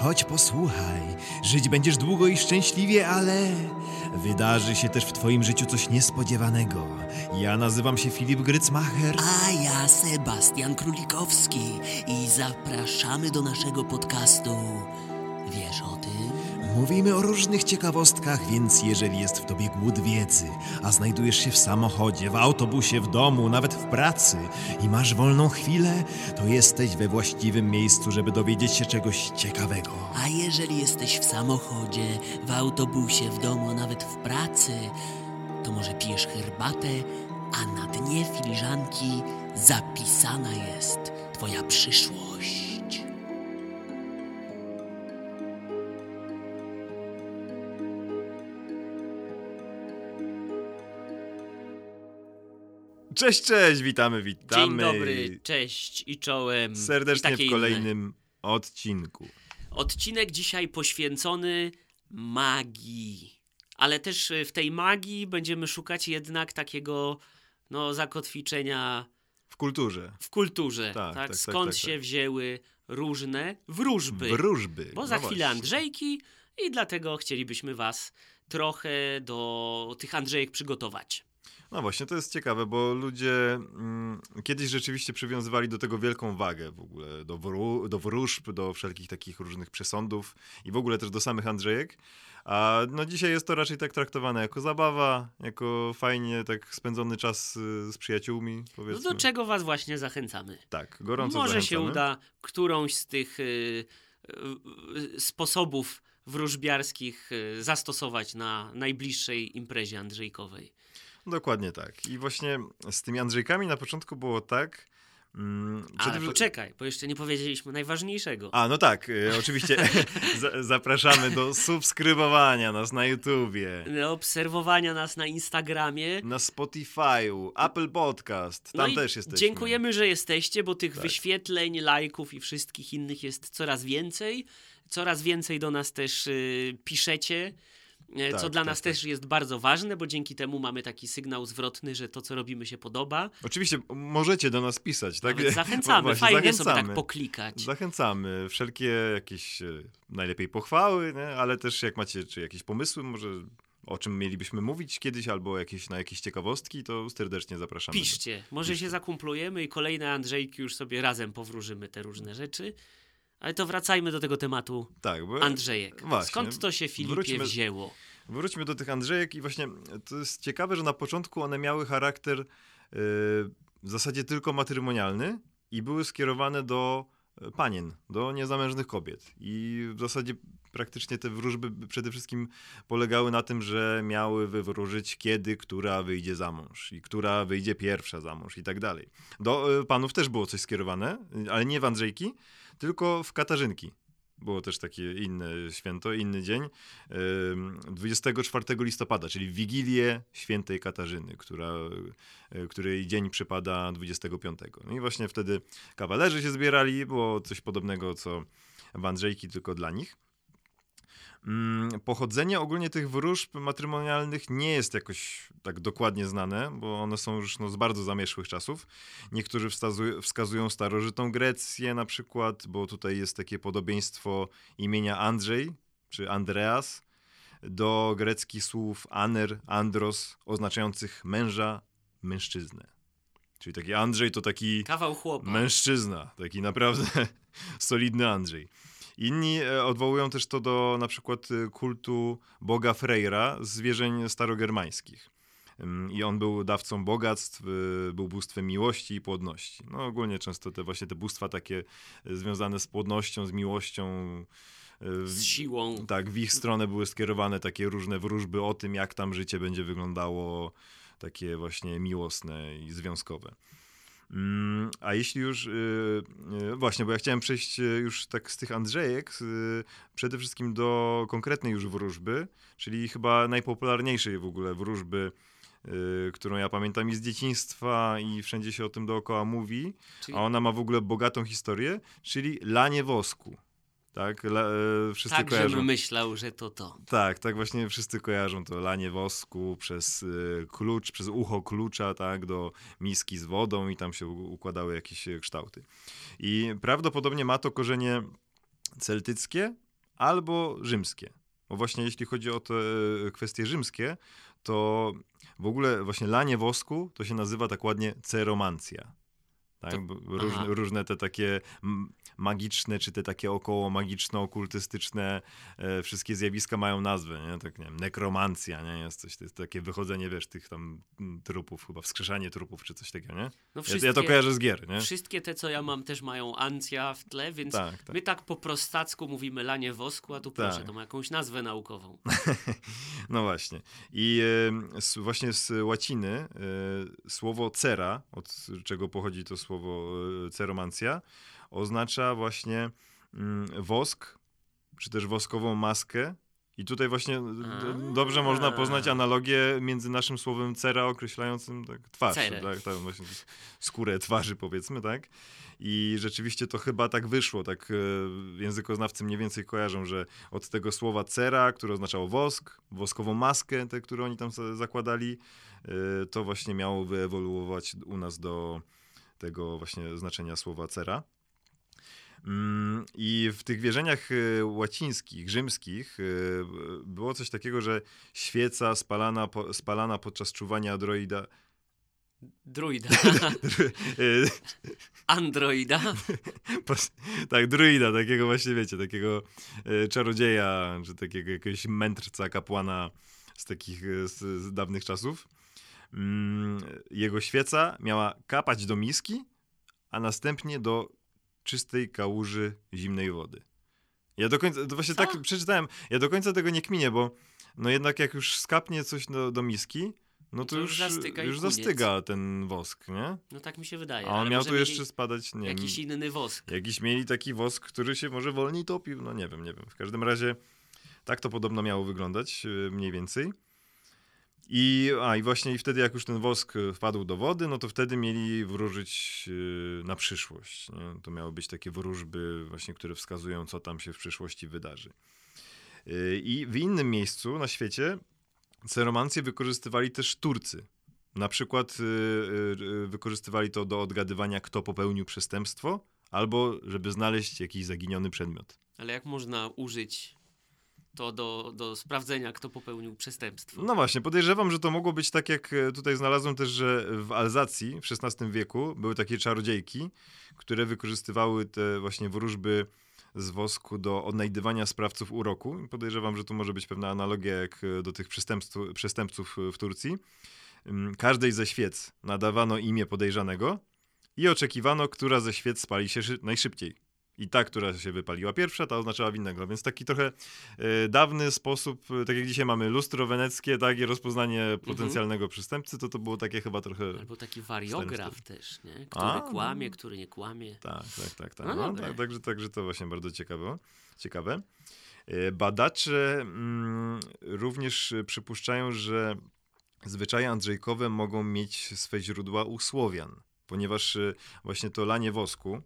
chodź posłuchaj. Żyć będziesz długo i szczęśliwie, ale wydarzy się też w twoim życiu coś niespodziewanego. Ja nazywam się Filip Grycmacher. A ja Sebastian Królikowski i zapraszamy do naszego podcastu. Wiesz o tym? Mówimy o różnych ciekawostkach, więc jeżeli jest w tobie głód wiedzy, a znajdujesz się w samochodzie, w autobusie, w domu, nawet w pracy i masz wolną chwilę, to jesteś we właściwym miejscu, żeby dowiedzieć się czegoś ciekawego. A jeżeli jesteś w samochodzie, w autobusie, w domu, a nawet w pracy, to może pijesz herbatę, a na dnie filiżanki zapisana jest twoja przyszłość. Cześć, witamy. Dzień dobry, cześć i czołem. Serdecznie w kolejnym odcinku. Odcinek dzisiaj poświęcony magii. Ale też w tej magii będziemy szukać jednak takiego zakotwiczenia W kulturze. w kulturze. Tak? Skąd się wzięły różne wróżby. Bo za chwilę Andrzejki i dlatego chcielibyśmy was trochę do tych Andrzejek przygotować. No właśnie, to jest ciekawe, bo ludzie kiedyś rzeczywiście przywiązywali do tego wielką wagę w ogóle, do wróżb, do wszelkich takich różnych przesądów i w ogóle też do samych Andrzejek. A dzisiaj jest to raczej tak traktowane jako zabawa, jako fajnie tak spędzony czas z przyjaciółmi, powiedzmy. No do czego was właśnie zachęcamy. Tak, gorąco Może zachęcamy. się uda którąś z tych sposobów wróżbiarskich zastosować na najbliższej imprezie andrzejkowej. Dokładnie tak. I właśnie z tymi Andrzejkami na początku było tak... Ale poczekaj, bo jeszcze nie powiedzieliśmy najważniejszego. No tak, oczywiście zapraszamy do subskrybowania nas na YouTubie. Obserwowania nas na Instagramie. Na Spotify'u, Apple Podcast, tam też jesteśmy. Dziękujemy, że jesteście, bo tych wyświetleń, lajków i wszystkich innych jest coraz więcej. Coraz więcej do nas też piszecie. Co dla nas też jest bardzo ważne, bo dzięki temu mamy taki sygnał zwrotny, że to, co robimy, się podoba. Oczywiście możecie do nas pisać, tak? Nawet zachęcamy, fajnie sobie tak poklikać. Zachęcamy. Wszelkie jakieś najlepiej pochwały, nie? Ale też jak macie czy jakieś pomysły, może o czym mielibyśmy mówić kiedyś, albo na jakieś ciekawostki, to serdecznie zapraszamy. Piszcie, może się zakumplujemy i kolejne Andrzejki już sobie razem powróżymy te różne rzeczy. Ale to wracajmy do tego tematu Andrzejek. Właśnie, skąd to się, Filipie, wzięło? Wróćmy do tych Andrzejek i właśnie to jest ciekawe, że na początku one miały charakter w zasadzie tylko matrymonialny i były skierowane do panien, do niezamężnych kobiet. I w zasadzie praktycznie te wróżby przede wszystkim polegały na tym, że miały wywróżyć, kiedy która wyjdzie za mąż i która wyjdzie pierwsza za mąż i tak dalej. Do panów też było coś skierowane, ale nie w Andrzejki, tylko w Katarzynki. Było też takie inne święto, inny dzień, 24 listopada, czyli w Wigilię Świętej Katarzyny, której dzień przypada 25. No i właśnie wtedy kawalerzy się zbierali, było coś podobnego co w Andrzejki, tylko dla nich. Pochodzenie ogólnie tych wróżb matrymonialnych nie jest jakoś tak dokładnie znane, bo one są już z bardzo zamierzchłych czasów. Niektórzy wskazują starożytną Grecję na przykład, bo tutaj jest takie podobieństwo imienia Andrzej, czy Andreas, do greckich słów aner, andros, oznaczających męża, mężczyznę. Czyli taki Andrzej to taki kawał chłopa. Mężczyzna, taki naprawdę solidny Andrzej. Inni odwołują też to do na przykład kultu boga Freyra z wierzeń starogermańskich. I on był dawcą bogactw, był bóstwem miłości i płodności. No ogólnie często te bóstwa takie związane z płodnością, z miłością, z siłą. Tak, w ich stronę były skierowane takie różne wróżby o tym, jak tam życie będzie wyglądało, takie właśnie miłosne i związkowe. A jeśli już, właśnie, bo ja chciałem przejść już tak z tych Andrzejek przede wszystkim do konkretnej już wróżby, czyli chyba najpopularniejszej w ogóle wróżby, którą ja pamiętam i z dzieciństwa i wszędzie się o tym dookoła mówi, a ona ma w ogóle bogatą historię, czyli lanie wosku. Tak, wszyscy kojarzą. Żebym myślał, że to. Tak właśnie wszyscy kojarzą to lanie wosku przez klucz, przez ucho klucza, tak, do miski z wodą i tam się układały jakieś kształty. I prawdopodobnie ma to korzenie celtyckie, albo rzymskie. Bo właśnie jeśli chodzi o te kwestie rzymskie, to w ogóle właśnie lanie wosku to się nazywa tak ładnie ceromancja. Tak? Różne te takie magiczne, czy te takie około magiczno-okultystyczne wszystkie zjawiska mają nazwę, nie? Tak, nie wiem, nekromancja, nie? Jest coś, to jest takie wychodzenie, wiesz, tych tam trupów, chyba wskrzeszanie trupów, czy coś takiego, nie? No ja to kojarzę z gier, nie? Wszystkie te, co ja mam, też mają ancja w tle, więc my tak po prostacku mówimy lanie wosku, a tu proszę, to ma jakąś nazwę naukową. No właśnie. I właśnie z łaciny słowo cera, od czego pochodzi to słowo ceromancja, oznacza właśnie wosk, czy też woskową maskę. I tutaj właśnie dobrze można poznać analogię między naszym słowem cera określającym tak, twarz, tak, właśnie skórę twarzy, powiedzmy, tak? I rzeczywiście to chyba tak wyszło, tak językoznawcy mniej więcej kojarzą, że od tego słowa cera, które oznaczało wosk, woskową maskę, tę, którą oni tam zakładali, to właśnie miało wyewoluować u nas do tego właśnie znaczenia słowa cera. I w tych wierzeniach łacińskich, rzymskich było coś takiego, że świeca spalana podczas czuwania Druida. Androida. Tak, druida, takiego właśnie, wiecie, takiego czarodzieja, czy takiego jakiegoś mędrca, kapłana z takich z dawnych czasów. Jego świeca miała kapać do miski, a następnie do czystej kałuży zimnej wody. Ja do końca, to właśnie tak przeczytałem, ja do końca tego nie kminię, bo no jednak jak już skapnie coś do miski, no to już zastyga ten wosk, nie? No tak mi się wydaje. A on miał tu jeszcze spadać, nie wiem. Jakiś inny wosk. Jakiś mieli taki wosk, który się może wolniej topił, no nie wiem. W każdym razie tak to podobno miało wyglądać mniej więcej. I właśnie wtedy jak już ten wosk wpadł do wody, no to wtedy mieli wróżyć na przyszłość. Nie? To miały być takie wróżby właśnie, które wskazują, co tam się w przyszłości wydarzy. I w innym miejscu na świecie ceromancję wykorzystywali też Turcy. Na przykład wykorzystywali to do odgadywania, kto popełnił przestępstwo, albo żeby znaleźć jakiś zaginiony przedmiot. Ale jak można użyć to do sprawdzenia, kto popełnił przestępstwo? No właśnie, podejrzewam, że to mogło być tak, jak tutaj znalazłem też, że w Alzacji w XVI wieku były takie czarodziejki, które wykorzystywały te właśnie wróżby z wosku do odnajdywania sprawców uroku. I podejrzewam, że tu może być pewna analogia jak do tych przestępców w Turcji. Każdej ze świec nadawano imię podejrzanego i oczekiwano, która ze świec spali się najszybciej. I ta, która się wypaliła pierwsza, ta oznaczała winnego. Więc taki trochę dawny sposób, tak jak dzisiaj mamy lustro weneckie, tak, i rozpoznanie potencjalnego przestępcy, to było takie chyba trochę... Albo taki wariograf też, nie? Który kłamie, który nie kłamie. Tak. Także to właśnie bardzo ciekawe. Badacze również przypuszczają, że zwyczaje andrzejkowe mogą mieć swe źródła u Słowian, ponieważ właśnie to lanie wosku,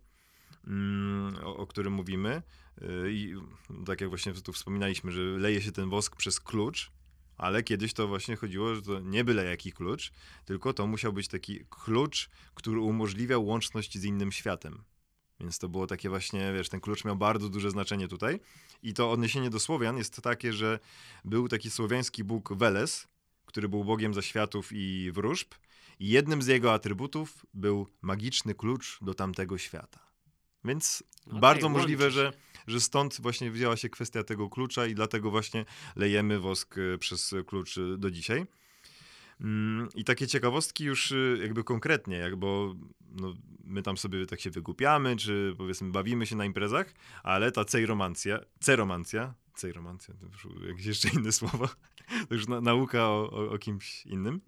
o którym mówimy, i tak jak właśnie tu wspominaliśmy, że leje się ten wosk przez klucz, ale kiedyś to właśnie chodziło, że to nie byle jaki klucz, tylko to musiał być taki klucz, który umożliwiał łączność z innym światem. Więc to było takie właśnie, wiesz, ten klucz miał bardzo duże znaczenie tutaj. I to odniesienie do Słowian jest takie, że był taki słowiański bóg Veles, który był bogiem zaświatów i wróżb, i jednym z jego atrybutów był magiczny klucz do tamtego świata. Więc bardzo możliwe, że stąd właśnie wzięła się kwestia tego klucza i dlatego właśnie lejemy wosk przez klucz do dzisiaj. I takie ciekawostki już jakby konkretnie, bo no, my tam sobie tak się wygłupiamy, czy powiedzmy bawimy się na imprezach, ale ta ceromancja, to już jakieś jeszcze inne słowo, to już nauka o kimś innym.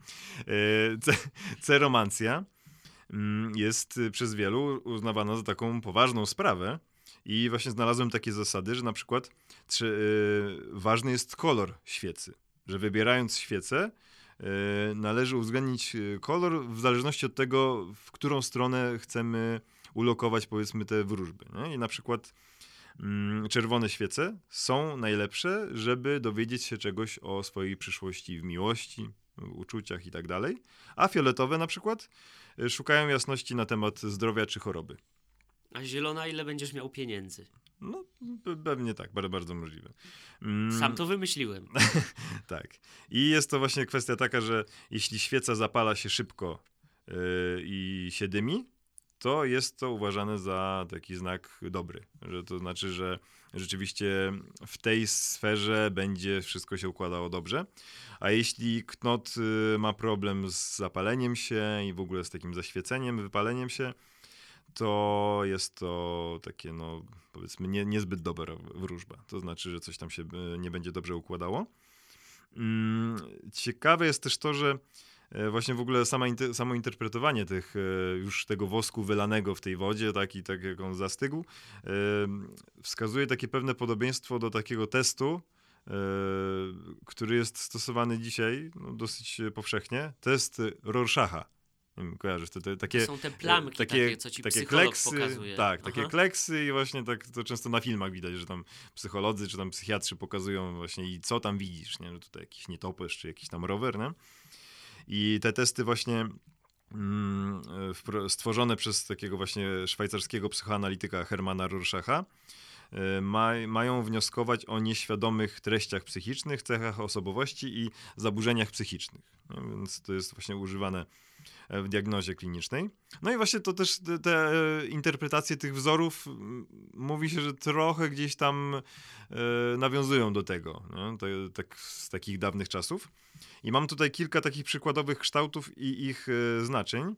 Ceromancja jest przez wielu uznawana za taką poważną sprawę i właśnie znalazłem takie zasady, że na przykład ważny jest kolor świecy, że wybierając świecę należy uwzględnić kolor w zależności od tego, w którą stronę chcemy ulokować, powiedzmy, te wróżby. Nie? I na przykład czerwone świece są najlepsze, żeby dowiedzieć się czegoś o swojej przyszłości w miłości, uczuciach i tak dalej, a fioletowe na przykład szukają jasności na temat zdrowia czy choroby. A zielona, ile będziesz miał pieniędzy? No, pewnie tak, bardzo, bardzo możliwe. Sam to wymyśliłem. Tak. I jest to właśnie kwestia taka, że jeśli świeca zapala się szybko i się dymi, to jest to uważane za taki znak dobry. Że to znaczy, że rzeczywiście w tej sferze będzie wszystko się układało dobrze. A jeśli knot ma problem z zapaleniem się i w ogóle z takim zaświeceniem, wypaleniem się, to jest to takie, no powiedzmy, niezbyt dobra wróżba. To znaczy, że coś tam się nie będzie dobrze układało. Ciekawe jest też to, że właśnie w ogóle samo interpretowanie już tego wosku wylanego w tej wodzie, tak jak on zastygł, wskazuje takie pewne podobieństwo do takiego testu, który jest stosowany dzisiaj dosyć powszechnie. Test Rorschacha. Nie wiem, kojarzysz, takie... To są te plamki takie co ci psycholog kleksy, pokazuje. Tak, takie kleksy i właśnie tak to często na filmach widać, że tam psycholodzy czy tam psychiatrzy pokazują właśnie i co tam widzisz, nie? Że tutaj jakiś nietoperz czy jakiś tam rower, nie? I te testy właśnie stworzone przez takiego właśnie szwajcarskiego psychoanalityka Hermana Rorschacha mają wnioskować o nieświadomych treściach psychicznych, cechach osobowości i zaburzeniach psychicznych. No, więc to jest właśnie używane w diagnozie klinicznej. No i właśnie to też te interpretacje tych wzorów mówi się, że trochę gdzieś tam nawiązują do tego, nie? Tak z takich dawnych czasów. I mam tutaj kilka takich przykładowych kształtów i ich znaczeń.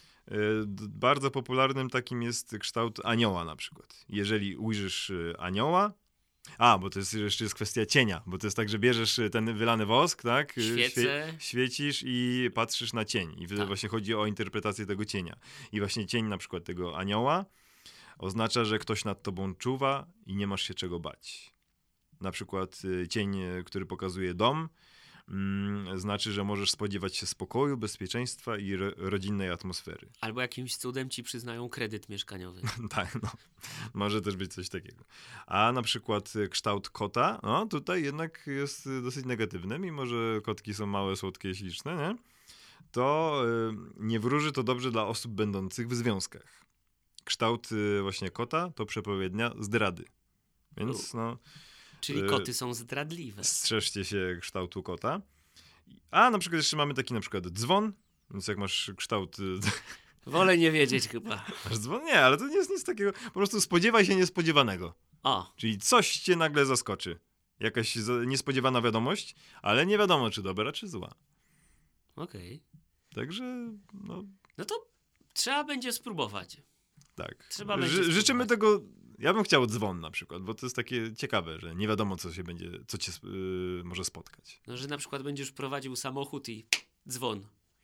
Bardzo popularnym takim jest kształt anioła na przykład. Jeżeli ujrzysz anioła, bo to jeszcze jest kwestia cienia, bo to jest tak, że bierzesz ten wylany wosk, tak? Świecisz i patrzysz na cień. I wtedy właśnie chodzi o interpretację tego cienia. I właśnie cień na przykład tego anioła oznacza, że ktoś nad tobą czuwa i nie masz się czego bać. Na przykład cień, który pokazuje dom, znaczy, że możesz spodziewać się spokoju, bezpieczeństwa i rodzinnej atmosfery. Albo jakimś cudem ci przyznają kredyt mieszkaniowy. Tak, no. Może też być coś takiego. A na przykład kształt kota, no tutaj jednak jest dosyć negatywny, mimo że kotki są małe, słodkie i śliczne, nie? To nie wróży to dobrze dla osób będących w związkach. Kształt właśnie kota to przepowiednia zdrady. Więc Czyli koty są zdradliwe. Strzeżcie się kształtu kota. A na przykład jeszcze mamy taki na przykład dzwon, więc jak masz kształt... Wolę nie wiedzieć chyba. Masz dzwon? Nie, ale to nie jest nic takiego. Po prostu spodziewaj się niespodziewanego. Czyli coś cię nagle zaskoczy. Jakaś niespodziewana wiadomość, ale nie wiadomo, czy dobra, czy zła. Okej. Także, No to trzeba będzie spróbować. Tak. Trzeba będzie życzymy tego... Ja bym chciał dzwon na przykład, bo to jest takie ciekawe, że nie wiadomo, co cię może spotkać. No, że na przykład będziesz prowadził samochód i dzwon.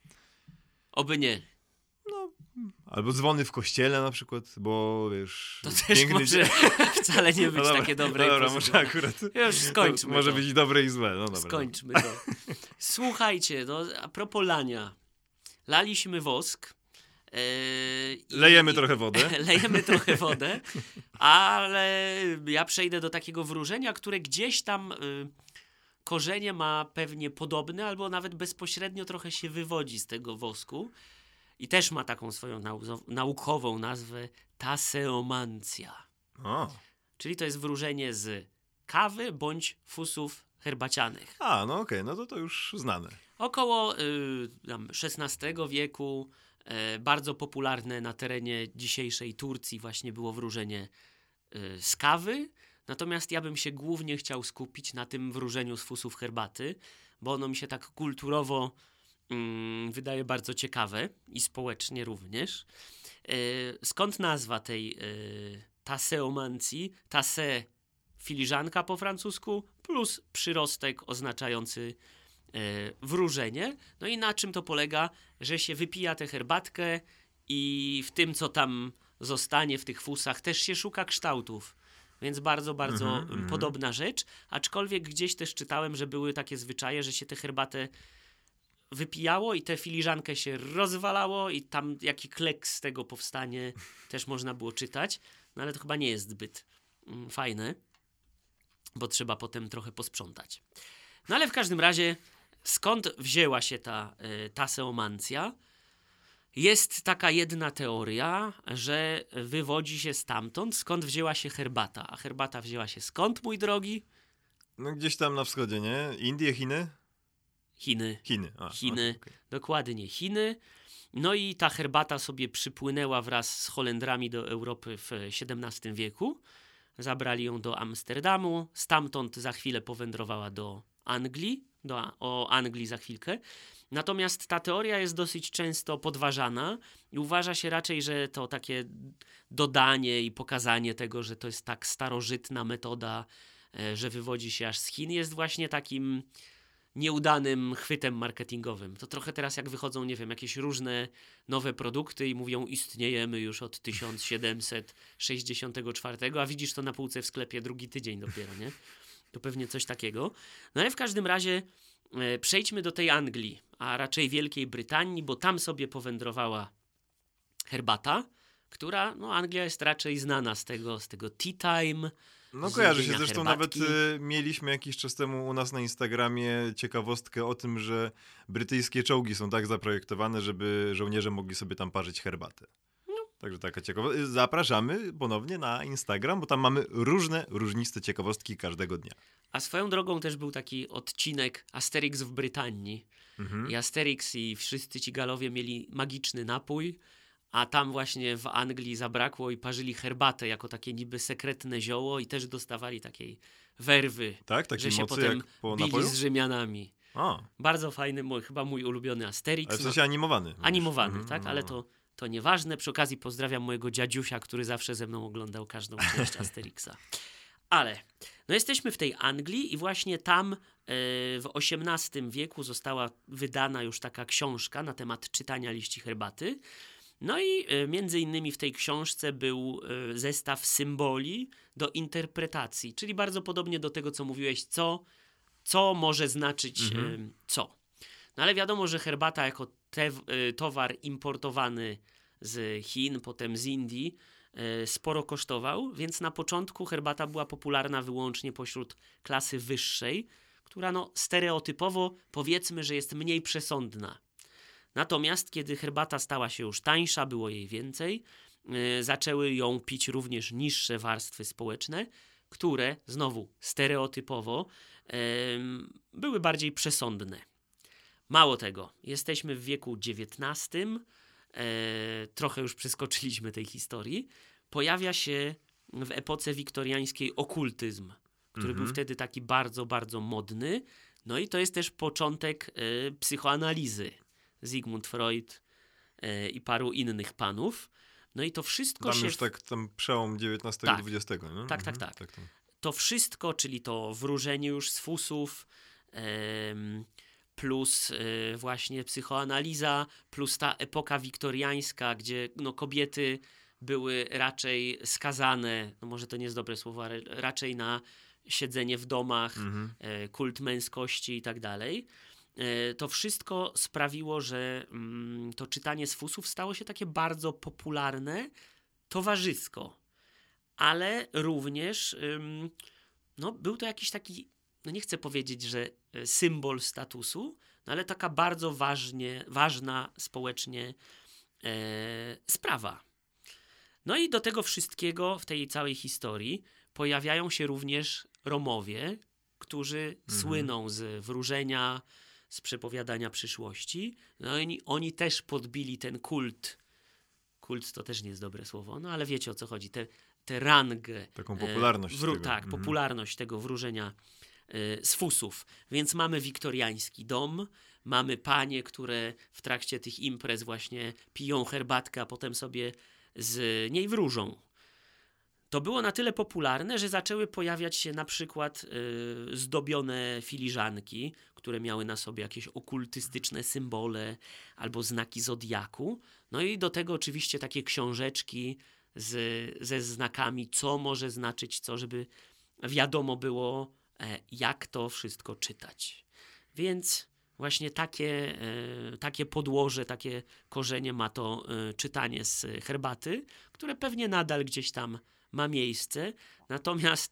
Oby nie. No, albo dzwony w kościele na przykład, bo wiesz... To też może wcale nie być takie dobre. Dobra, może akurat... Już skończmy Może być dobre i złe, no dobra. Skończmy to. Słuchajcie, a propos lania. Laliśmy wosk. Lejemy trochę wodę. Lejemy trochę wodę, ale ja przejdę do takiego wróżenia, które gdzieś tam korzenie ma pewnie podobne, albo nawet bezpośrednio trochę się wywodzi z tego wosku i też ma taką swoją naukową nazwę taseomancja. Czyli to jest wróżenie z kawy bądź fusów herbacianych. No okej, no to już znane. Około XVI wieku bardzo popularne na terenie dzisiejszej Turcji właśnie było wróżenie z kawy. Natomiast ja bym się głównie chciał skupić na tym wróżeniu z fusów herbaty, bo ono mi się tak kulturowo wydaje bardzo ciekawe i społecznie również. Skąd nazwa tej taseomancji? Tase filiżanka po francusku plus przyrostek oznaczający wróżenie. No i na czym to polega? Że się wypija tę herbatkę i w tym, co tam zostanie w tych fusach, też się szuka kształtów. Więc bardzo, bardzo podobna rzecz. Aczkolwiek gdzieś też czytałem, że były takie zwyczaje, że się tę herbatę wypijało i tę filiżankę się rozwalało i tam jaki kleks z tego powstanie też można było czytać. No ale to chyba nie jest zbyt fajne, bo trzeba potem trochę posprzątać. No ale w każdym razie skąd wzięła się ta taseomancja? Jest taka jedna teoria, że wywodzi się stamtąd, skąd wzięła się herbata. A herbata wzięła się skąd, mój drogi? No gdzieś tam na wschodzie, nie? Indie, Chiny? Chiny. Chiny, Okay. Dokładnie Chiny. No i ta herbata sobie przypłynęła wraz z Holendrami do Europy w XVII wieku. Zabrali ją do Amsterdamu, stamtąd za chwilę powędrowała do Anglii. O Anglii za chwilkę. Natomiast ta teoria jest dosyć często podważana i uważa się raczej, że to takie dodanie i pokazanie tego, że to jest tak starożytna metoda, że wywodzi się aż z Chin, jest właśnie takim nieudanym chwytem marketingowym. To trochę teraz jak wychodzą, nie wiem, jakieś różne nowe produkty i mówią istniejemy już od 1764, a widzisz to na półce w sklepie drugi tydzień dopiero, nie? To pewnie coś takiego. No ale w każdym razie przejdźmy do tej Anglii, a raczej Wielkiej Brytanii, bo tam sobie powędrowała herbata, która, no Anglia jest raczej znana z tego tea time. No kojarzy się, zresztą herbatki. nawet mieliśmy jakiś czas temu u nas na Instagramie ciekawostkę o tym, że brytyjskie czołgi są tak zaprojektowane, żeby żołnierze mogli sobie tam parzyć herbatę. Także taka ciekawostka. Zapraszamy ponownie na Instagram, bo tam mamy różniste ciekawostki każdego dnia. A swoją drogą też był taki odcinek Asterix w Brytanii. I Asterix i wszyscy ci galowie mieli magiczny napój, a tam właśnie w Anglii zabrakło i parzyli herbatę jako takie niby sekretne zioło i też dostawali takiej werwy, tak? Takiej że się mocy potem jak po bili napoju? z Rzymianami. A. Bardzo fajny, chyba mój ulubiony Asterix. Ale w sensie animowany. Animowany, tak? Ale to nieważne. Przy okazji pozdrawiam mojego dziadziusia, który zawsze ze mną oglądał każdą część Asterixa. Ale no jesteśmy w tej Anglii i właśnie tam w XVIII wieku została wydana już taka książka na temat czytania liści herbaty. No i między innymi w tej książce był zestaw symboli do interpretacji, czyli bardzo podobnie do tego, co mówiłeś, co może znaczyć co. No ale wiadomo, że herbata jako towar importowany z Chin, potem z Indii, sporo kosztował, więc na początku herbata była popularna wyłącznie pośród klasy wyższej, która no stereotypowo powiedzmy, że jest mniej przesądna. Natomiast kiedy herbata stała się już tańsza, było jej więcej, zaczęły ją pić również niższe warstwy społeczne, które znowu stereotypowo były bardziej przesądne. Mało tego, jesteśmy w wieku XIX, trochę już przeskoczyliśmy tej historii, pojawia się w epoce wiktoriańskiej okultyzm, który był wtedy taki bardzo, bardzo modny. No i to jest też początek psychoanalizy. Sigmund Freud i paru innych panów. No i to wszystko tam już tak tam przełom XIX i XX, nie? Tak. To wszystko, czyli to wróżenie już z fusów, plus właśnie psychoanaliza, plus ta epoka wiktoriańska, gdzie no, kobiety były raczej skazane, no może to nie jest dobre słowo, ale raczej na siedzenie w domach, kult męskości i tak dalej. To wszystko sprawiło, że to czytanie z fusów stało się takie bardzo popularne, towarzysko, ale również no, był to jakiś taki, no nie chcę powiedzieć, że symbol statusu, no ale taka bardzo ważna społecznie sprawa. No i do tego wszystkiego w tej całej historii pojawiają się również Romowie, którzy słyną z wróżenia, z przepowiadania przyszłości. No i oni też podbili ten kult. Kult to też nie jest dobre słowo, no ale wiecie o co chodzi. Tę rangę. Taką popularność tego. Tak, popularność tego wróżenia z fusów. Więc mamy wiktoriański dom, mamy panie, które w trakcie tych imprez właśnie piją herbatkę, a potem sobie z niej wróżą. To było na tyle popularne, że zaczęły pojawiać się na przykład zdobione filiżanki, które miały na sobie jakieś okultystyczne symbole albo znaki zodiaku. No i do tego oczywiście takie książeczki ze znakami, co może znaczyć co, żeby wiadomo było, jak to wszystko czytać. Więc właśnie takie podłoże, takie korzenie ma to czytanie z herbaty, które pewnie nadal gdzieś tam ma miejsce. Natomiast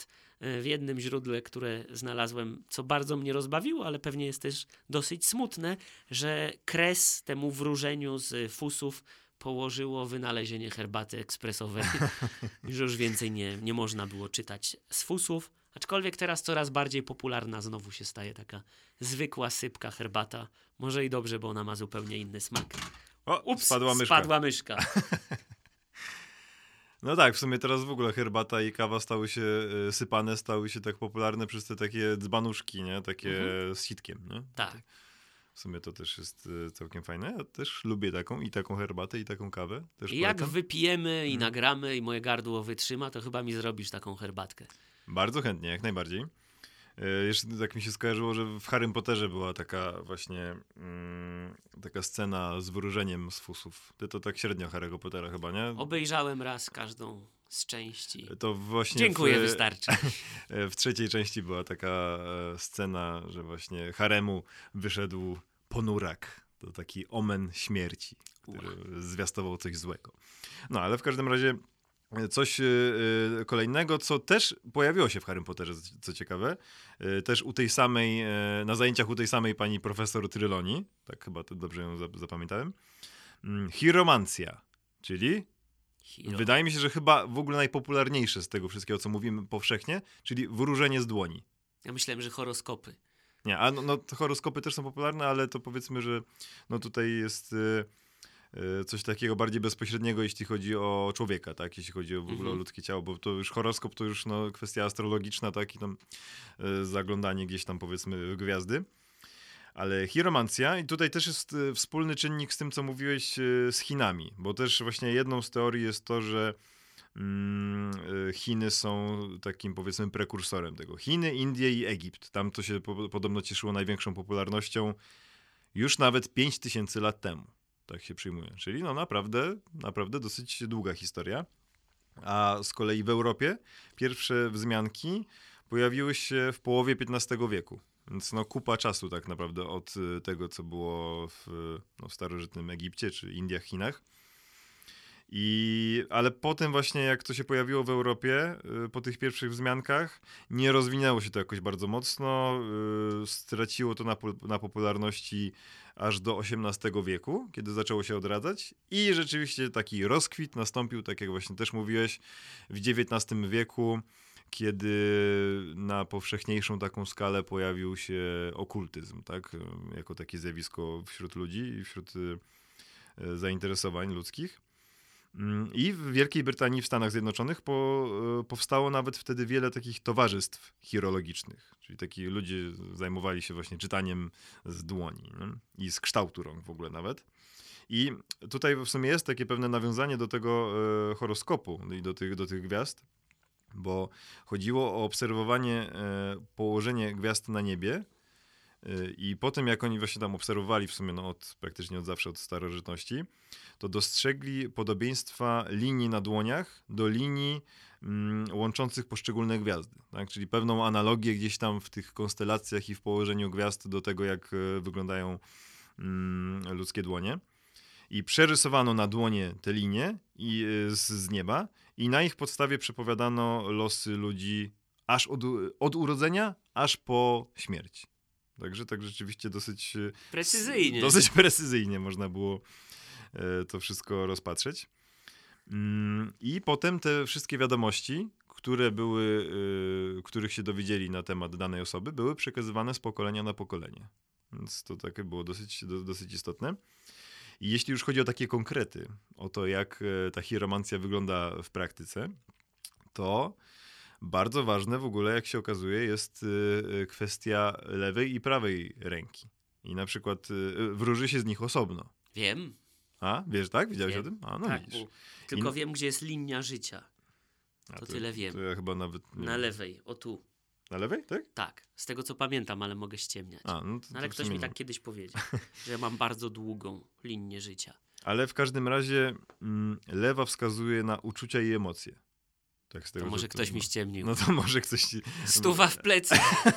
w jednym źródle, które znalazłem, co bardzo mnie rozbawiło, ale pewnie jest też dosyć smutne, że kres temu wróżeniu z fusów położyło wynalezienie herbaty ekspresowej. Już więcej nie można było czytać z fusów. Aczkolwiek teraz coraz bardziej popularna znowu się staje taka zwykła, sypka herbata. Może i dobrze, bo ona ma zupełnie inny smak. Ups, spadła myszka. No tak, w sumie teraz w ogóle herbata i kawa stały się sypane, stały się tak popularne przez te takie dzbanuszki, nie? Takie z sitkiem, nie? Tak. W sumie to też jest całkiem fajne. Ja też lubię taką herbatę i taką kawę. Też I jak wypijemy i nagramy i moje gardło wytrzyma, to chyba mi zrobisz taką herbatkę. Bardzo chętnie, jak najbardziej. Jeszcze tak mi się skojarzyło, że w Harrym Potterze była taka właśnie taka scena z wróżeniem z fusów. Ty to tak średnio Harry'ego Pottera chyba, nie? Obejrzałem raz każdą z części. To właśnie dziękuję, wystarczy. W trzeciej części była taka scena, że właśnie Haremu wyszedł ponurak. To taki omen śmierci, który zwiastował coś złego. No, ale w każdym razie coś kolejnego, co też pojawiło się w Harrym Potterze, co ciekawe, też u tej samej, na zajęciach u tej samej pani profesor Trelawney, tak chyba to dobrze ją zapamiętałem, chiromancja, czyli wydaje mi się, że chyba w ogóle najpopularniejsze z tego wszystkiego, co mówimy powszechnie, czyli wróżenie z dłoni. Ja myślałem, że horoskopy. Nie, a no horoskopy też są popularne, ale to powiedzmy, że no tutaj jest coś takiego bardziej bezpośredniego, jeśli chodzi o człowieka, tak? Jeśli chodzi w ogóle o ludzkie ciało, bo to już horoskop to już no, kwestia astrologiczna, tak? I tam zaglądanie gdzieś tam powiedzmy w gwiazdy. Ale chiromancja i tutaj też jest wspólny czynnik z tym, co mówiłeś z Chinami, bo też właśnie jedną z teorii jest to, że Chiny są takim powiedzmy prekursorem tego. Chiny, Indie i Egipt. Tam to się podobno cieszyło największą popularnością już nawet 5000 lat temu. Tak się przyjmuje. Czyli no naprawdę dosyć długa historia. A z kolei w Europie pierwsze wzmianki pojawiły się w połowie XV wieku. Więc no kupa czasu tak naprawdę od tego, co było w starożytnym Egipcie czy Indiach, Chinach. Ale potem właśnie jak to się pojawiło w Europie, po tych pierwszych wzmiankach, nie rozwinęło się to jakoś bardzo mocno, straciło to na popularności aż do XVIII wieku, kiedy zaczęło się odradzać i rzeczywiście taki rozkwit nastąpił, tak jak właśnie też mówiłeś, w XIX wieku, kiedy na powszechniejszą taką skalę pojawił się okultyzm, tak? Jako takie zjawisko wśród ludzi i wśród zainteresowań ludzkich. I w Wielkiej Brytanii, w Stanach Zjednoczonych powstało nawet wtedy wiele takich towarzystw chirologicznych, czyli taki ludzie zajmowali się właśnie czytaniem z dłoni, nie? I z kształtu rąk w ogóle nawet. I tutaj w sumie jest takie pewne nawiązanie do tego horoskopu i do tych gwiazd, bo chodziło o obserwowanie położenie gwiazd na niebie i po tym, jak oni właśnie tam obserwowali w sumie praktycznie od zawsze, od starożytności, to dostrzegli podobieństwa linii na dłoniach do linii łączących poszczególne gwiazdy. Tak? Czyli pewną analogię gdzieś tam w tych konstelacjach i w położeniu gwiazd do tego, jak wyglądają ludzkie dłonie. I przerysowano na dłonie te linie z nieba i na ich podstawie przepowiadano losy ludzi aż od urodzenia, aż po śmierć. Także tak rzeczywiście dosyć precyzyjnie można było to wszystko rozpatrzeć. I potem te wszystkie wiadomości, których się dowiedzieli na temat danej osoby, były przekazywane z pokolenia na pokolenie. Więc to takie było dosyć istotne. I jeśli już chodzi o takie konkrety, o to jak ta chiromancja wygląda w praktyce, to bardzo ważne w ogóle, jak się okazuje, jest kwestia lewej i prawej ręki. I na przykład wróży się z nich osobno. Wiem. A, wiesz, tak? Widziałeś o tym? A, no tak, widzisz. Tylko wiem, gdzie jest linia życia. To tyle wiem. To ja chyba nawet... Na lewej, o tu. Na lewej, tak? Tak, z tego co pamiętam, ale mogę ściemniać. Ale ktoś mi tak kiedyś powiedział, że ja mam bardzo długą linię życia. Ale w każdym razie lewa wskazuje na uczucia i emocje. Tak, z tego, to może ktoś mi ściemnił. No to może ktoś... Stuwa w plecy.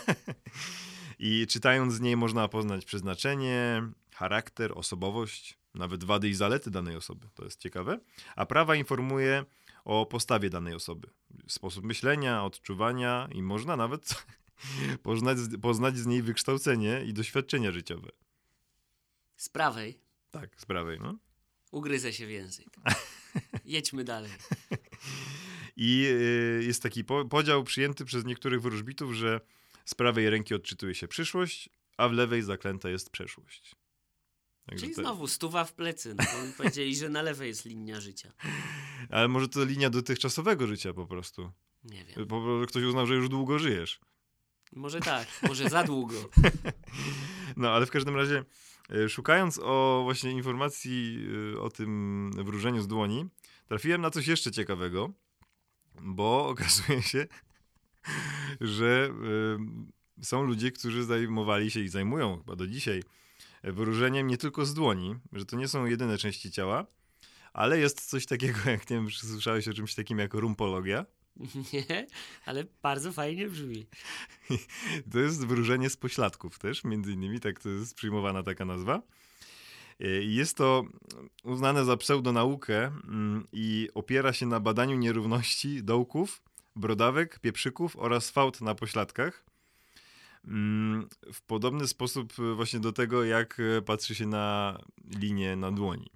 I czytając z niej można poznać przeznaczenie, charakter, osobowość, nawet wady i zalety danej osoby. To jest ciekawe. A prawa informuje o postawie danej osoby. Sposób myślenia, odczuwania i można nawet poznać z niej wykształcenie i doświadczenia życiowe. Z prawej. Tak, z prawej, no. Ugryzę się w język. Jedźmy dalej. I jest taki podział przyjęty przez niektórych wróżbitów, że z prawej ręki odczytuje się przyszłość, a w lewej zaklęta jest przeszłość. Czyli znowu stuwa w plecy. No, bo mi powiedzieli, że na lewej jest linia życia. Ale może to linia dotychczasowego życia po prostu. Nie wiem. Ktoś uznał, że już długo żyjesz. Może tak, może za długo. No, ale w każdym razie szukając właśnie informacji o tym wróżeniu z dłoni, trafiłem na coś jeszcze ciekawego, bo okazuje się, że są ludzie, którzy zajmowali się i zajmują chyba do dzisiaj wróżeniem nie tylko z dłoni, że to nie są jedyne części ciała, ale jest coś takiego, jak nie wiem, czy słyszałeś o czymś takim jak rumpologia? Nie, ale bardzo fajnie brzmi. To jest wróżenie z pośladków też, między innymi, tak to jest przyjmowana taka nazwa. Jest to uznane za pseudonaukę i opiera się na badaniu nierówności dołków, brodawek, pieprzyków oraz fałd na pośladkach. W podobny sposób właśnie do tego, jak patrzy się na linię na dłoni.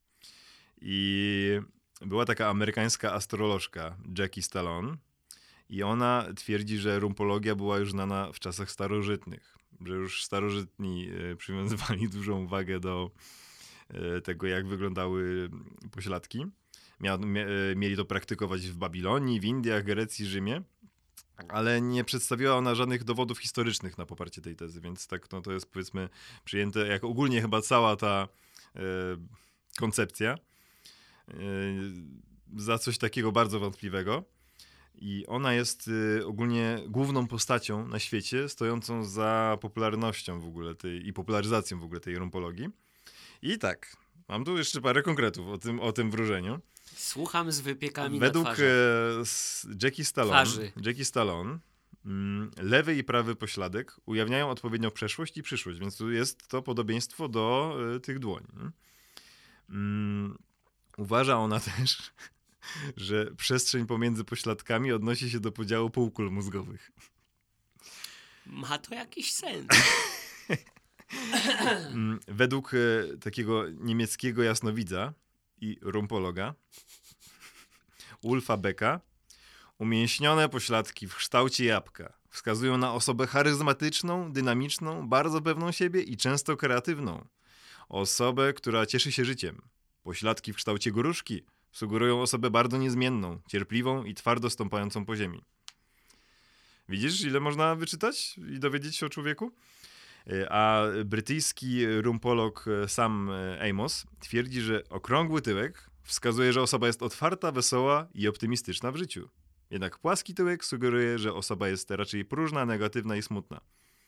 I była taka amerykańska astrolożka Jackie Stallone i ona twierdzi, że rumpologia była już znana w czasach starożytnych, że już starożytni przywiązywali dużą wagę do tego, jak wyglądały pośladki. Mieli to praktykować w Babilonii, w Indiach, Grecji, Rzymie, ale nie przedstawiła ona żadnych dowodów historycznych na poparcie tej tezy, więc tak no, to jest powiedzmy przyjęte jak ogólnie chyba cała ta koncepcja za coś takiego bardzo wątpliwego. I ona jest ogólnie główną postacią na świecie stojącą za popularnością w ogóle i popularyzacją w ogóle tej rumpologii. I tak, mam tu jeszcze parę konkretów o tym wróżeniu. Słucham z wypiekami Według na twarzy. Jackie Stallone lewy i prawy pośladek ujawniają odpowiednio przeszłość i przyszłość, więc tu jest to podobieństwo do tych dłoni. Uważa ona też, że przestrzeń pomiędzy pośladkami odnosi się do podziału półkul mózgowych. Ma to jakiś sens. Według takiego niemieckiego jasnowidza i rumpologa Ulfa Becka umięśnione pośladki w kształcie jabłka wskazują na osobę charyzmatyczną, dynamiczną, bardzo pewną siebie i często kreatywną. Osobę, która cieszy się życiem. Pośladki w kształcie gruszki sugerują osobę bardzo niezmienną, cierpliwą i twardo stąpającą po ziemi. Widzisz, ile można wyczytać i dowiedzieć się o człowieku? A brytyjski rumpolog Sam Amos twierdzi, że okrągły tyłek wskazuje, że osoba jest otwarta, wesoła i optymistyczna w życiu. Jednak płaski tyłek sugeruje, że osoba jest raczej próżna, negatywna i smutna.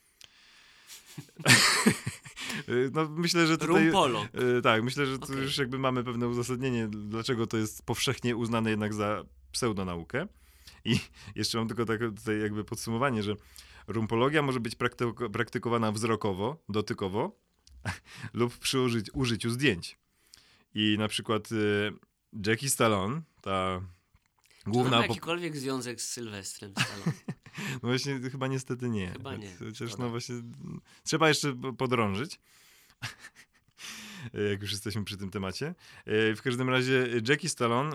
No, myślę, że tutaj... Rumpolog. Tak, myślę, że tu już jakby mamy pewne uzasadnienie, dlaczego to jest powszechnie uznane jednak za pseudonaukę. I jeszcze mam tylko takie tutaj jakby podsumowanie, że rumpologia może być praktykowana wzrokowo, dotykowo lub przy użyciu zdjęć. I na przykład Jackie Stallone, ta główna... Czy ma jakikolwiek związek z Sylwestrem Stallone? No właśnie, chyba niestety nie. Chyba nie. Chociaż no właśnie, trzeba jeszcze podrążyć. Jak już jesteśmy przy tym temacie. W każdym razie Jackie Stallone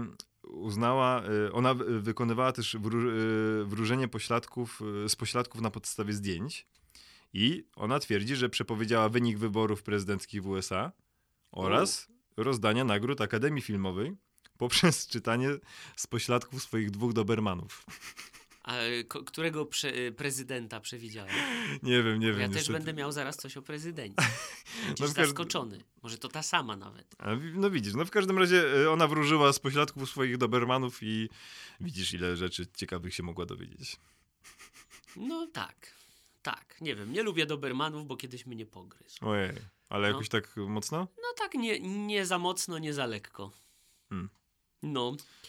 ona wykonywała też wróżenie z pośladków na podstawie zdjęć i ona twierdzi, że przepowiedziała wynik wyborów prezydenckich w USA oraz rozdania nagród Akademii Filmowej poprzez czytanie z pośladków swoich 2 dobermanów. A którego prezydenta przewidziałem? Nie wiem. Ja niestety. też będę miał zaraz coś o prezydencie. Będziesz zaskoczony. Może to ta sama nawet. No widzisz, no w każdym razie ona wróżyła z pośladków swoich dobermanów i widzisz, ile rzeczy ciekawych się mogła dowiedzieć. No tak. Nie wiem, nie lubię dobermanów, bo kiedyś mnie pogryzł. Ojej, ale jakoś tak mocno? No tak, nie za mocno, nie za lekko. No.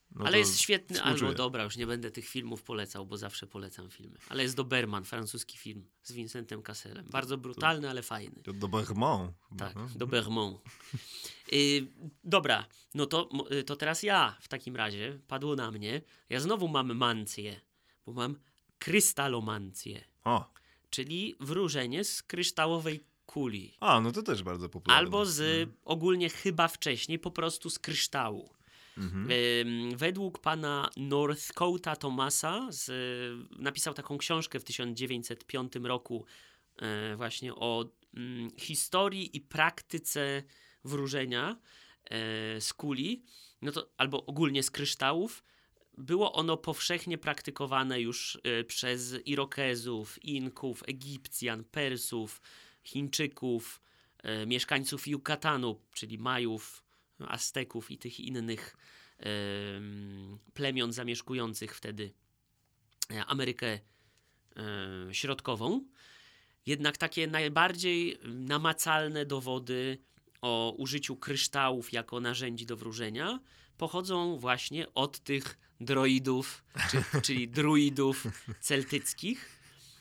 No ale jest świetny, współczuję. albo dobra, już nie będę tych filmów polecał, bo zawsze polecam filmy. Ale jest Doberman, francuski film z Vincentem Casselem. Bardzo brutalny, ale fajny. Doberman. Tak, Doberman. Dobra, no to teraz ja w takim razie, padło na mnie. Ja znowu mam mancję, bo mam krystalomancję, O. czyli wróżenie z kryształowej kuli. A, no to też bardzo popularne. Albo ogólnie chyba wcześniej po prostu z kryształu. Według pana Northcote'a Thomasa napisał taką książkę w 1905 roku właśnie o historii i praktyce wróżenia z kuli, no to, albo ogólnie z kryształów. Było ono powszechnie praktykowane już przez Irokezów, Inków, Egipcjan, Persów, Chińczyków, mieszkańców Yucatanu, czyli Majów, Azteków i tych innych plemion zamieszkujących wtedy Amerykę Środkową. Jednak takie najbardziej namacalne dowody o użyciu kryształów jako narzędzi do wróżenia pochodzą właśnie od tych droidów, czyli druidów celtyckich.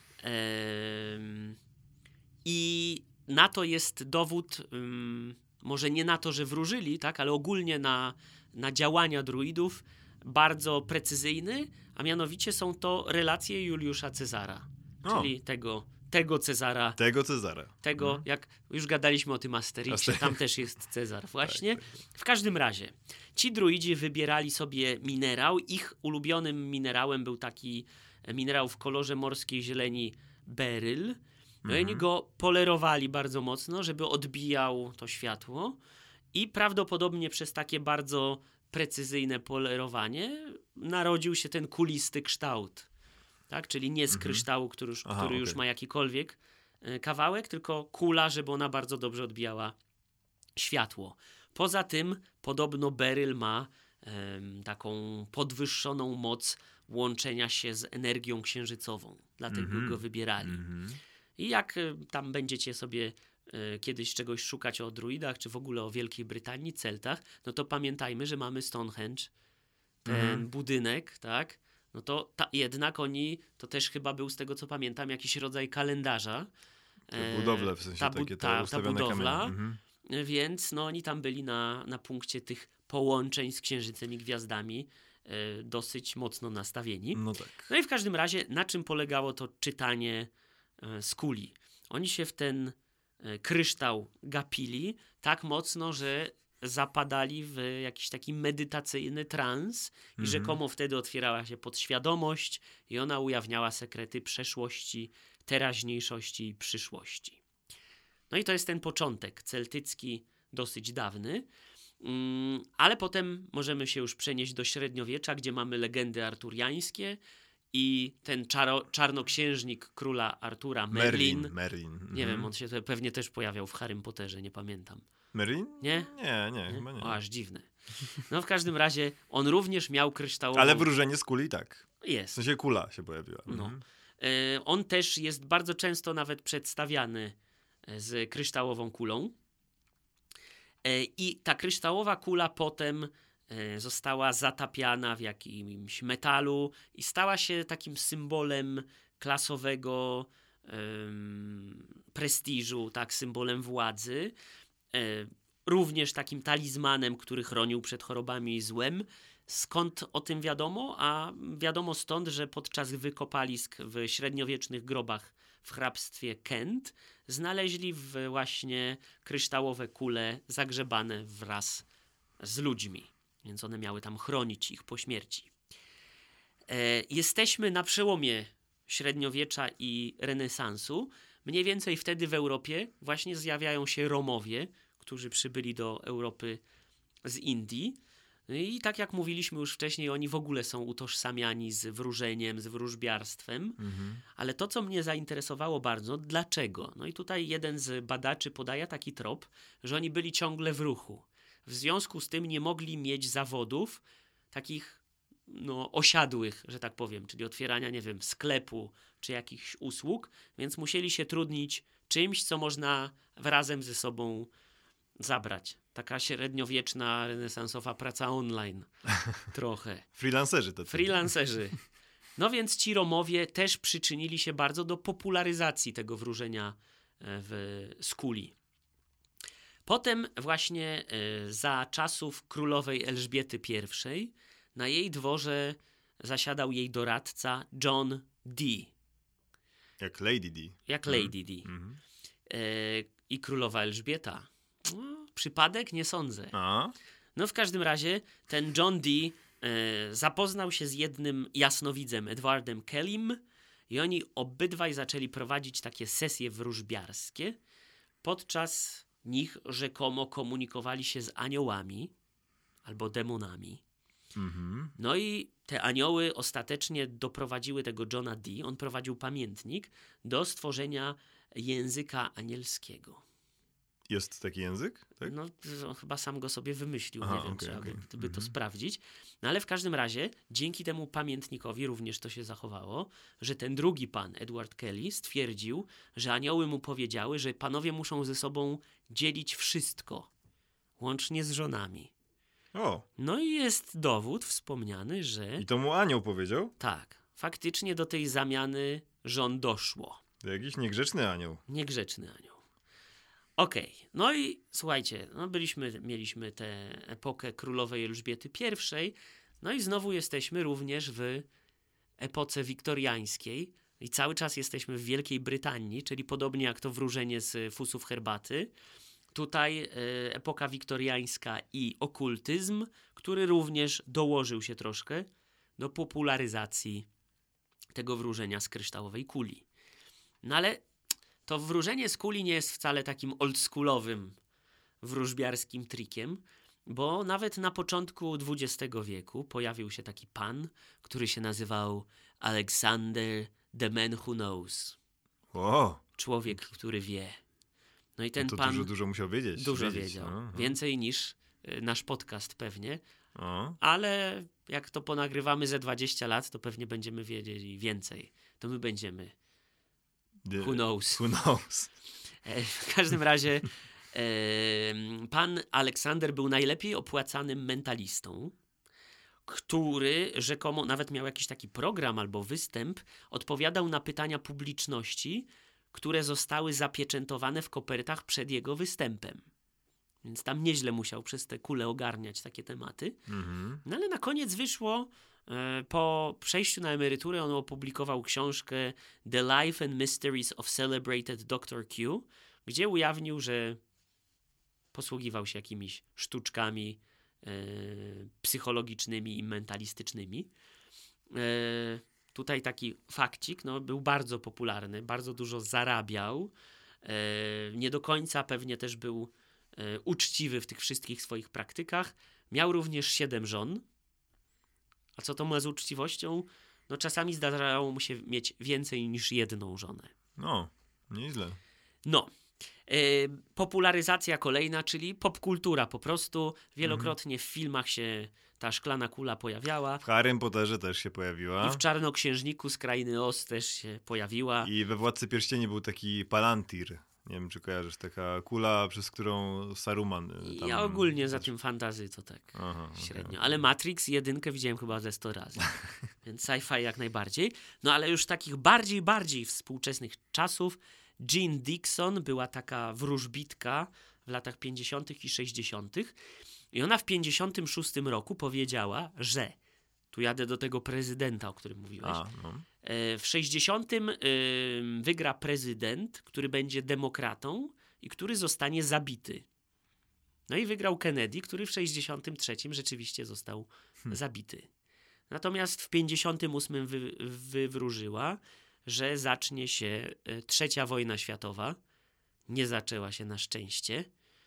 I na to jest dowód, może nie na to, że wróżyli, tak, ale ogólnie na działania druidów bardzo precyzyjny, a mianowicie są to relacje Juliusza Cezara, czyli tego Cezara. Jak już gadaliśmy o tym Asterixie, tam też jest Cezar właśnie. Tak. W każdym razie, ci druidzi wybierali sobie minerał. Ich ulubionym minerałem był taki minerał w kolorze morskiej zieleni beryl. No i oni go polerowali bardzo mocno, żeby odbijał to światło i prawdopodobnie przez takie bardzo precyzyjne polerowanie narodził się ten kulisty kształt. Tak? Czyli nie z kryształu, który już ma jakikolwiek kawałek, tylko kula, żeby ona bardzo dobrze odbijała światło. Poza tym podobno beryl ma taką podwyższoną moc łączenia się z energią księżycową. Dlatego go wybierali. I jak tam będziecie sobie kiedyś czegoś szukać o druidach, czy w ogóle o Wielkiej Brytanii, Celtach, no to pamiętajmy, że mamy Stonehenge, ten budynek, tak? No to jednak to też chyba był, z tego co pamiętam, jakiś rodzaj kalendarza. Budowle, w sensie takie te ustawione budowla, więc no oni tam byli na punkcie tych połączeń z Księżycem i gwiazdami dosyć mocno nastawieni. No tak. No i w każdym razie, na czym polegało to czytanie z kuli? Oni się w ten kryształ gapili tak mocno, że zapadali w jakiś taki medytacyjny trans i rzekomo wtedy otwierała się podświadomość i ona ujawniała sekrety przeszłości, teraźniejszości i przyszłości. No i to jest ten początek celtycki, dosyć dawny, ale potem możemy się już przenieść do średniowiecza, gdzie mamy legendy arturiańskie i ten czarnoksiężnik króla Artura, Merlin. Nie wiem, on się pewnie też pojawiał w Harrym Potterze, nie pamiętam. Merlin? Nie? Nie, chyba nie. O, aż dziwne. No w każdym razie on również miał kryształową... Ale wróżenie z kuli tak. Jest. W sensie kula się pojawiła. No. On też jest bardzo często nawet przedstawiany z kryształową kulą. I ta kryształowa kula potem została zatapiana w jakimś metalu i stała się takim symbolem klasowego prestiżu, tak, symbolem władzy. Również takim talizmanem, który chronił przed chorobami i złem. Skąd o tym wiadomo? A wiadomo stąd, że podczas wykopalisk w średniowiecznych grobach w hrabstwie Kent znaleźli właśnie kryształowe kule zagrzebane wraz z ludźmi. Więc one miały tam chronić ich po śmierci. Jesteśmy na przełomie średniowiecza i renesansu. Mniej więcej wtedy w Europie właśnie zjawiają się Romowie, którzy przybyli do Europy z Indii. I tak jak mówiliśmy już wcześniej, oni w ogóle są utożsamiani z wróżeniem, z wróżbiarstwem. Ale to, co mnie zainteresowało bardzo, dlaczego? No i tutaj jeden z badaczy podaje taki trop, że oni byli ciągle w ruchu. W związku z tym nie mogli mieć zawodów takich osiadłych, że tak powiem, czyli otwierania, nie wiem, sklepu czy jakichś usług, więc musieli się trudnić czymś, co można razem ze sobą zabrać. Taka średniowieczna, renesansowa praca online. Trochę. Freelancerzy to. Freelancerzy. No więc ci Romowie też przyczynili się bardzo do popularyzacji tego wróżenia w skuli. Potem właśnie za czasów królowej Elżbiety I na jej dworze zasiadał jej doradca John Dee. Jak Lady Dee. Jak Lady Dee. I królowa Elżbieta. No, przypadek? Nie sądzę. No w każdym razie ten John Dee zapoznał się z jednym jasnowidzem, Edwardem Kellym, i oni obydwaj zaczęli prowadzić takie sesje wróżbiarskie. Podczas nich rzekomo komunikowali się z aniołami albo demonami. No i te anioły ostatecznie doprowadziły tego Johna Dee, on prowadził pamiętnik, do stworzenia języka anielskiego. Jest taki język? Tak? No, chyba sam go sobie wymyślił, nie wiem, trzeba by to sprawdzić. No ale w każdym razie, dzięki temu pamiętnikowi również to się zachowało, że ten drugi pan, Edward Kelly, stwierdził, że anioły mu powiedziały, że panowie muszą ze sobą dzielić wszystko, łącznie z żonami. No i jest dowód wspomniany, że... I to mu anioł powiedział? Tak, faktycznie do tej zamiany żon doszło. To jakiś niegrzeczny anioł. Niegrzeczny anioł. Okej, no i słuchajcie, no mieliśmy tę epokę królowej Elżbiety I, no i znowu jesteśmy również w epoce wiktoriańskiej i cały czas jesteśmy w Wielkiej Brytanii, czyli podobnie jak to wróżenie z fusów herbaty. Tutaj epoka wiktoriańska i okultyzm, który również dołożył się troszkę do popularyzacji tego wróżenia z kryształowej kuli. No ale to wróżenie z kuli nie jest wcale takim oldschoolowym wróżbiarskim trikiem, bo nawet na początku XX wieku pojawił się taki pan, który się nazywał Alexander the Man Who Knows. Człowiek, który wie. No i ten pan dużo musiał wiedzieć. Dużo wiedział. Więcej niż nasz podcast pewnie. Ale jak to ponagrywamy ze 20 lat, to pewnie będziemy wiedzieli więcej. To my będziemy. Who knows? Who knows? W każdym razie pan Aleksander był najlepiej opłacanym mentalistą, który rzekomo nawet miał jakiś taki program albo występ, odpowiadał na pytania publiczności, które zostały zapieczętowane w kopertach przed jego występem. Więc tam nieźle musiał przez te kule ogarniać takie tematy. No ale na koniec wyszło, po przejściu na emeryturę on opublikował książkę The Life and Mysteries of Celebrated Dr. Q, gdzie ujawnił, że posługiwał się jakimiś sztuczkami psychologicznymi i mentalistycznymi. Tutaj taki fakcik, no, był bardzo popularny, bardzo dużo zarabiał. Nie do końca pewnie też był uczciwy w tych wszystkich swoich praktykach. Miał również 7 żon. A co to ma z uczciwością? No czasami zdarzało mu się mieć więcej niż jedną żonę. No, nieźle. No. Popularyzacja kolejna, czyli popkultura po prostu. Wielokrotnie w filmach się ta szklana kula pojawiała. W Harrym Potterze też się pojawiła. I w Czarnoksiężniku z Krainy Oz też się pojawiła. I we Władcy Pierścieni był taki Palantir. Nie wiem, czy kojarzysz, taka kula, przez którą Saruman... Tam... Ja ogólnie za tym fantasy to tak średnio. Okay. Ale Matrix 1 widziałem chyba ze 100 razy. Więc sci-fi jak najbardziej. No ale już takich bardziej współczesnych czasów Jean Dixon była taka wróżbitka w latach 50. i 60. I ona w 56 roku powiedziała, że tu jadę do tego prezydenta, o którym mówiłeś. W 60 wygra prezydent, który będzie demokratą i który zostanie zabity. No i wygrał Kennedy, który w 63 rzeczywiście został zabity. Natomiast w 58 wywróżyła, że zacznie się III wojna światowa. Nie zaczęła się na szczęście.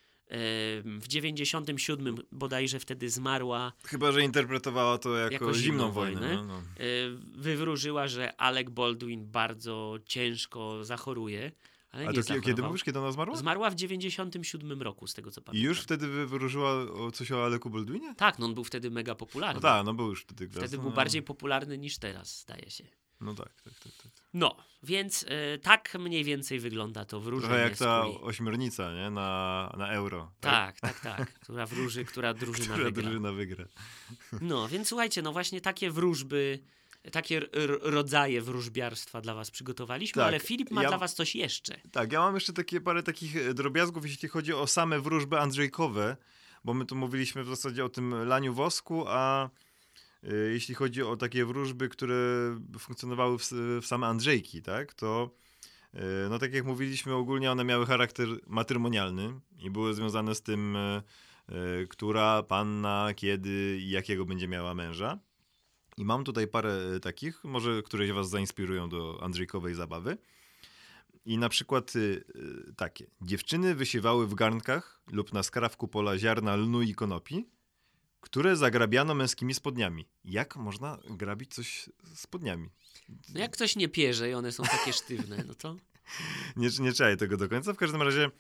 W 97 bodajże wtedy zmarła. Chyba że interpretowała to jako zimną wojnę. No. Wywróżyła, że Alec Baldwin bardzo ciężko zachoruje. Ale a nie to kiedy mówisz, kiedy ona zmarła? Zmarła w 97 roku, z tego co pamiętam. I już wtedy wywróżyła coś o Aleku Baldwinie? Tak, no on był wtedy mega popularny. No tak, no był już wtedy. Wtedy był bardziej popularny niż teraz, zdaje się. No tak. No, więc tak mniej więcej wygląda to wróżenie. Trochę jak ta ośmiornica, nie? Na euro. Tak. Która wróży, która drużyna wygra. No, więc słuchajcie, no właśnie takie wróżby, takie rodzaje wróżbiarstwa dla was przygotowaliśmy, ale Filip ma dla was coś jeszcze. Tak, ja mam jeszcze parę takich drobiazgów, jeśli chodzi o same wróżby andrzejkowe, bo my tu mówiliśmy w zasadzie o tym laniu wosku, a jeśli chodzi o takie wróżby, które funkcjonowały w same Andrzejki, tak, to no tak jak mówiliśmy, ogólnie one miały charakter matrymonialny i były związane z tym, która panna, kiedy i jakiego będzie miała męża. I mam tutaj parę takich, może któreś was zainspirują do andrzejkowej zabawy. I na przykład takie. Dziewczyny wysiewały w garnkach lub na skrawku pola ziarna lnu i konopi, które zagrabiano męskimi spodniami. Jak można grabić coś spodniami? No jak ktoś nie pierze i one są takie sztywne, no to... Nie czaję tego do końca. W każdym razie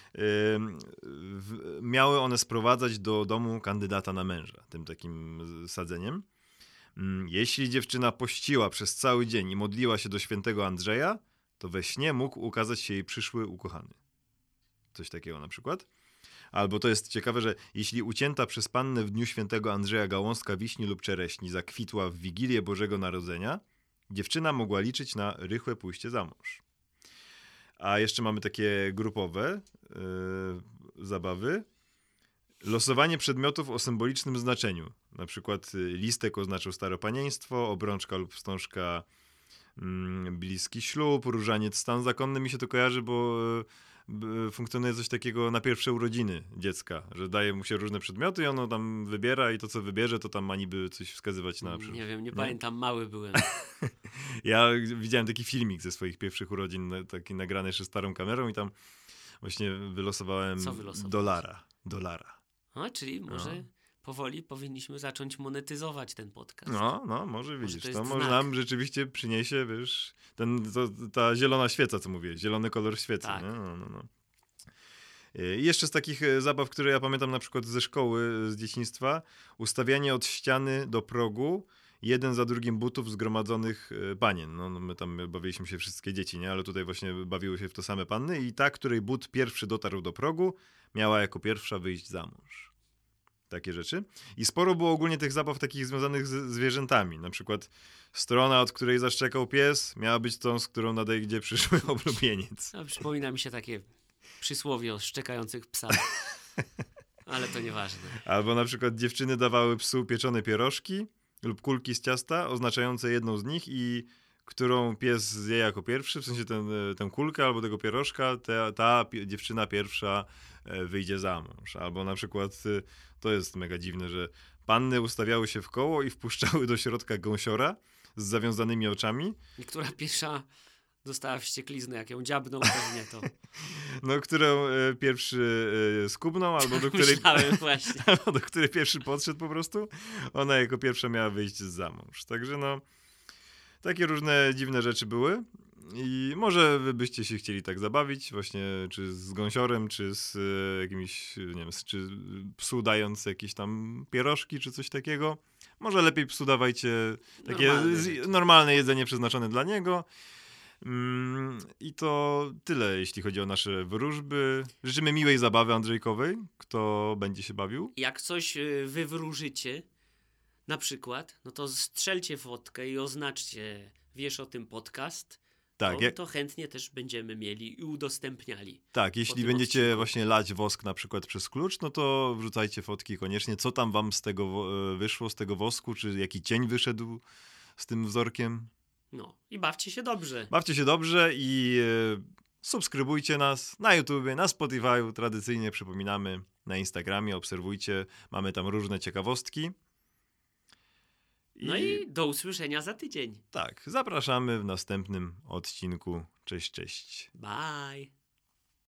miały one sprowadzać do domu kandydata na męża, tym takim sadzeniem. Jeśli dziewczyna pościła przez cały dzień i modliła się do świętego Andrzeja, to we śnie mógł ukazać się jej przyszły ukochany. Coś takiego na przykład. Albo to jest ciekawe, że jeśli ucięta przez pannę w dniu świętego Andrzeja gałązka wiśni lub czereśni zakwitła w Wigilię Bożego Narodzenia, dziewczyna mogła liczyć na rychłe pójście za mąż. A jeszcze mamy takie grupowe zabawy. Losowanie przedmiotów o symbolicznym znaczeniu. Na przykład listek oznaczał staropanieństwo, obrączka lub wstążka bliski ślub, różaniec stan zakonny. Mi się to kojarzy, bo funkcjonuje coś takiego na pierwsze urodziny dziecka, że daje mu się różne przedmioty i ono tam wybiera i to, co wybierze, to tam ma niby coś wskazywać na przyszłość. Nie wiem, nie pamiętam, mały byłem. Ja widziałem taki filmik ze swoich pierwszych urodzin, taki nagrany jeszcze starą kamerą i tam właśnie wylosowałem dolara. No, czyli może powoli powinniśmy zacząć monetyzować ten podcast. No, może widzisz. To może nam rzeczywiście przyniesie, wiesz, ta zielona świeca, co mówię, zielony kolor świecy. Tak. Nie? No. I jeszcze z takich zabaw, które ja pamiętam na przykład ze szkoły, z dzieciństwa, ustawianie od ściany do progu jeden za drugim butów zgromadzonych panien. No, my tam bawiliśmy się wszystkie dzieci, nie? Ale tutaj właśnie bawiły się w to same panny i ta, której but pierwszy dotarł do progu, miała jako pierwsza wyjść za mąż. Takie rzeczy. I sporo było ogólnie tych zabaw takich związanych z zwierzętami. Na przykład strona, od której zaszczekał pies, miała być tą, z którą nadejdzie przyszły oblubieniec. No, przypomina mi się takie przysłowie o szczekających psach. Ale to nieważne. Albo na przykład dziewczyny dawały psu pieczone pierożki lub kulki z ciasta, oznaczające jedną z nich i którą pies zje jako pierwszy, w sensie tę kulkę albo tego pierożka, ta dziewczyna pierwsza wyjdzie za mąż. Albo na przykład, to jest mega dziwne, że panny ustawiały się w koło i wpuszczały do środka gąsiora z zawiązanymi oczami. I która pierwsza dostała wściekliznę, jak ją dziabną, pewnie to. No, którą pierwszy skubnął, albo do której właśnie. albo do której pierwszy podszedł po prostu. Ona jako pierwsza miała wyjść za mąż. Także no, takie różne dziwne rzeczy były. I może wy byście się chcieli tak zabawić, właśnie czy z gąsiorem, czy z jakimiś, nie wiem, czy psu dając jakieś tam pierożki, czy coś takiego. Może lepiej psu dawajcie takie normalne jedzenie przeznaczone dla niego. I to tyle, jeśli chodzi o nasze wróżby. Życzymy miłej zabawy andrzejkowej, kto będzie się bawił. Jak coś wywróżycie, na przykład, no to strzelcie fotkę i oznaczcie, wiesz o tym podcast. Tak, to chętnie też będziemy mieli i udostępniali. Tak, jeśli będziecie właśnie lać wosk na przykład przez klucz, no to wrzucajcie fotki koniecznie, co tam wam z tego wyszło, z tego wosku, czy jaki cień wyszedł z tym wzorkiem. No i bawcie się dobrze. Bawcie się dobrze i subskrybujcie nas na YouTubie, na Spotify'u, tradycyjnie przypominamy, na Instagramie, obserwujcie, mamy tam różne ciekawostki. No i do usłyszenia za tydzień. Tak, zapraszamy w następnym odcinku. Cześć. Bye.